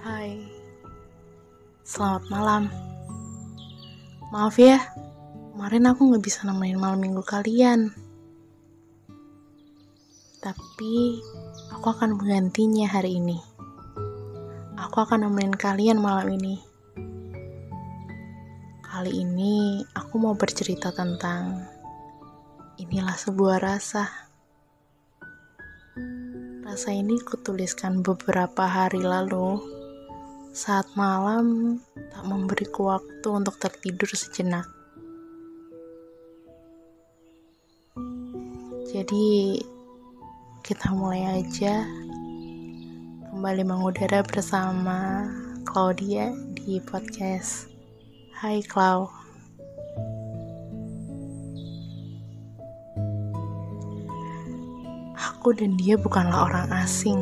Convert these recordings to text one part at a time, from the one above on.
Hai, selamat malam. Maaf ya, kemarin aku gak bisa nemenin malam minggu kalian. Tapi, aku akan menggantinya hari ini. Aku akan nemenin kalian malam ini. Kali ini, aku mau bercerita tentang inilah sebuah rasa. Rasa ini kutuliskan beberapa hari lalu, saat malam tak memberiku waktu untuk tertidur sejenak. Jadi, kita mulai aja kembali mengudara bersama Claudia di podcast. Hai Clau. Aku dan dia bukanlah orang asing.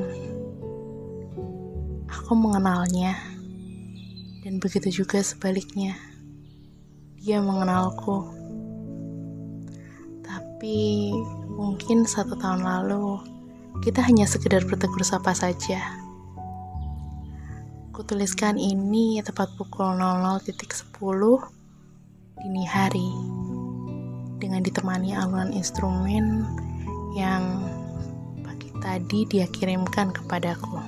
Aku mengenalnya, dan begitu juga sebaliknya. Dia mengenalku. Tapi mungkin 1 tahun lalu, kita hanya sekedar bertegur sapa saja. Kutuliskan ini tepat pukul 00.10 dini hari, dengan ditemani alunan instrumen yang pagi tadi dia kirimkan kepadaku.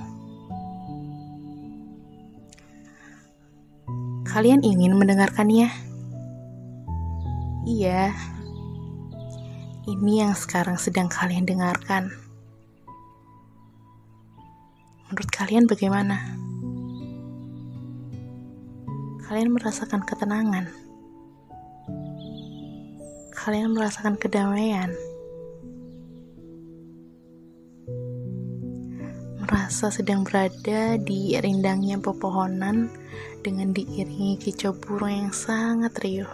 Kalian ingin mendengarkannya? Iya, ini yang sekarang sedang kalian dengarkan. Menurut kalian bagaimana? Kalian merasakan ketenangan? Kalian merasakan kedamaian? Merasa sedang berada di rindangnya pepohonan dengan diiringi kicau burung yang sangat riuh.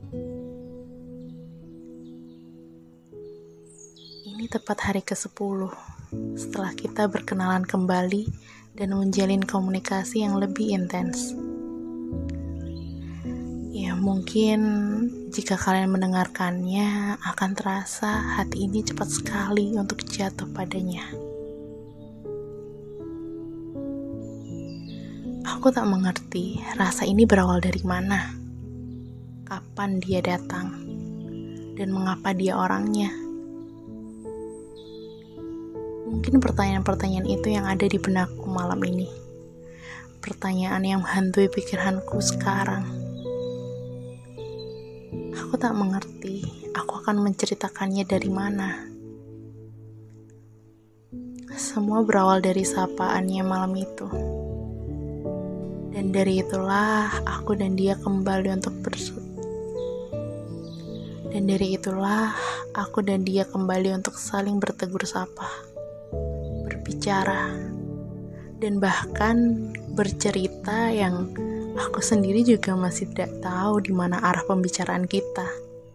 Ini tepat hari ke-10 setelah kita berkenalan kembali dan menjalin komunikasi yang lebih intens. Ya, mungkin jika kalian mendengarkannya akan terasa hati ini cepat sekali untuk jatuh padanya. Aku tak mengerti rasa ini berawal dari mana, kapan dia datang, dan mengapa dia orangnya. Mungkin pertanyaan-pertanyaan itu yang ada di benakku malam ini. Pertanyaan yang menghantui pikiranku sekarang. Aku tak mengerti, aku akan menceritakannya dari mana. Semua berawal dari sapaannya malam itu. Dan dari itulah aku dan dia kembali untuk saling bertegur sapa, berbicara, dan bahkan bercerita yang aku sendiri juga masih tidak tahu di mana arah pembicaraan kita.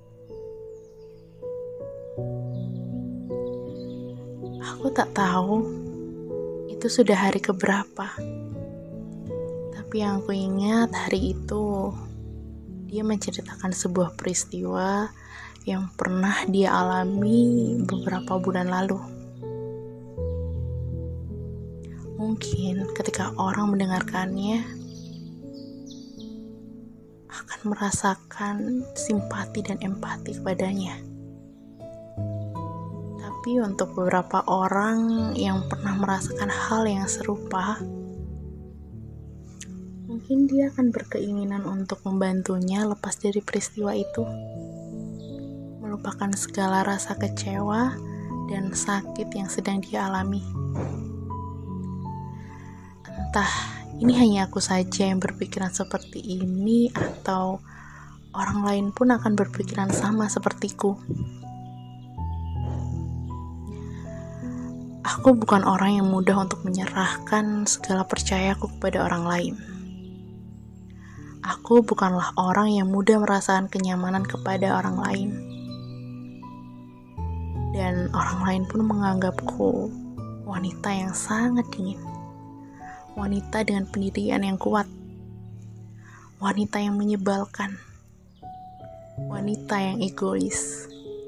Aku tak tahu itu sudah hari keberapa. Tapi yang aku ingat hari itu, dia menceritakan sebuah peristiwa yang pernah dia alami beberapa bulan lalu. Mungkin ketika orang mendengarkannya akan merasakan simpati dan empati kepadanya. Tapi untuk beberapa orang yang pernah merasakan hal yang serupa, mungkin dia akan berkeinginan untuk membantunya lepas dari peristiwa itu, melupakan segala rasa kecewa dan sakit yang sedang dia alami. Entah, ini hanya aku saja yang berpikiran seperti ini atau orang lain pun akan berpikiran sama sepertiku. Aku bukan orang yang mudah untuk menyerahkan segala percayaku kepada orang lain. Aku bukanlah orang yang mudah merasakan kenyamanan kepada orang lain. Dan orang lain pun menganggapku wanita yang sangat dingin. Wanita dengan pendirian yang kuat. Wanita yang menyebalkan. Wanita yang egois.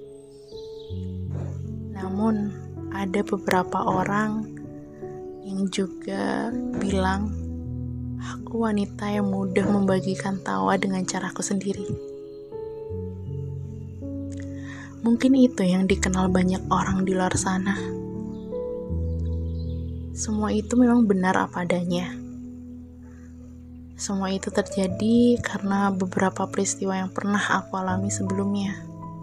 Namun, ada beberapa orang yang juga bilang Aku wanita yang mudah membagikan tawa dengan caraku sendiri. Mungkin itu yang dikenal banyak orang di luar sana. Semua itu memang benar apa adanya. Semua itu terjadi karena beberapa peristiwa yang pernah aku alami sebelumnya.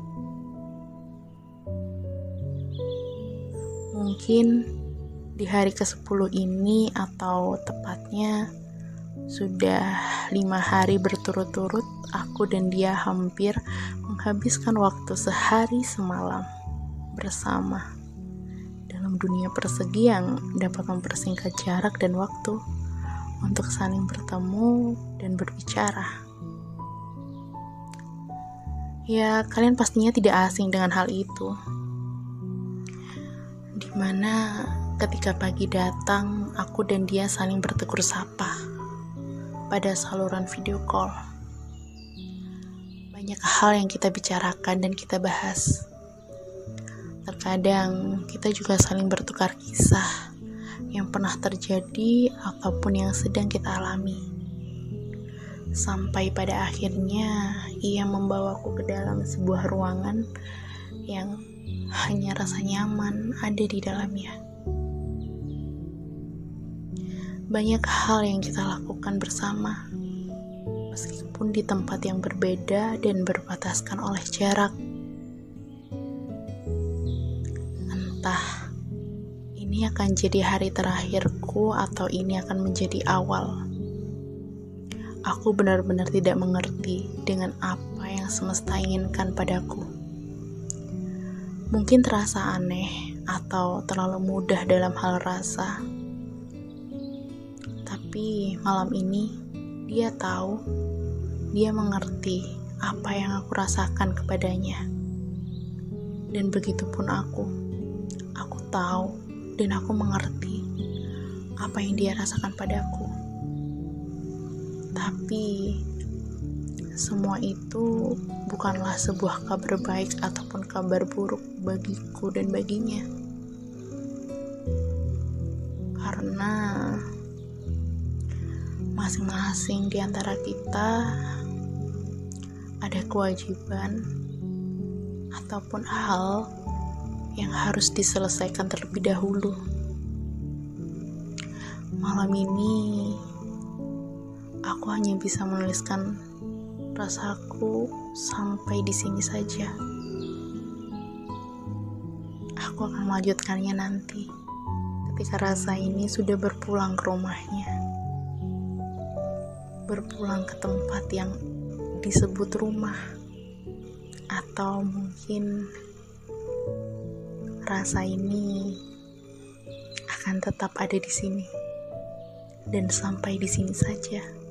Mungkin di hari ke-10 ini, atau tepatnya sudah 5 hari berturut-turut, aku dan dia hampir menghabiskan waktu sehari semalam bersama dalam dunia persegi yang dapat mempersingkat jarak dan waktu untuk saling bertemu dan berbicara. Ya, kalian pastinya tidak asing dengan hal itu. Dimana ketika pagi datang, aku dan dia saling bertegur sapa pada saluran video call. Banyak hal yang kita bicarakan dan kita bahas. Terkadang kita juga saling bertukar kisah yang pernah terjadi ataupun yang sedang kita alami. Sampai pada akhirnya ia membawaku ke dalam sebuah ruangan yang hanya rasa nyaman ada di dalamnya. Banyak hal yang kita lakukan bersama, meskipun di tempat yang berbeda dan berbataskan oleh jarak. Entah ini akan jadi hari terakhirku atau ini akan menjadi awal. Aku benar-benar tidak mengerti dengan apa yang semesta inginkan padaku. Mungkin terasa aneh atau terlalu mudah dalam hal rasa. Tapi malam ini dia tahu, dia mengerti apa yang aku rasakan kepadanya. Dan begitupun aku tahu dan aku mengerti apa yang dia rasakan padaku. Tapi semua itu bukanlah sebuah kabar baik ataupun kabar buruk bagiku dan baginya. Karena masing-masing di antara kita ada kewajiban ataupun hal yang harus diselesaikan terlebih dahulu. Malam ini aku hanya bisa menuliskan rasaku sampai di sini saja. Aku akan melanjutkannya nanti ketika rasa ini sudah berpulang ke rumahnya, berpulang ke tempat yang disebut rumah, atau mungkin rasa ini akan tetap ada di sini dan sampai di sini saja.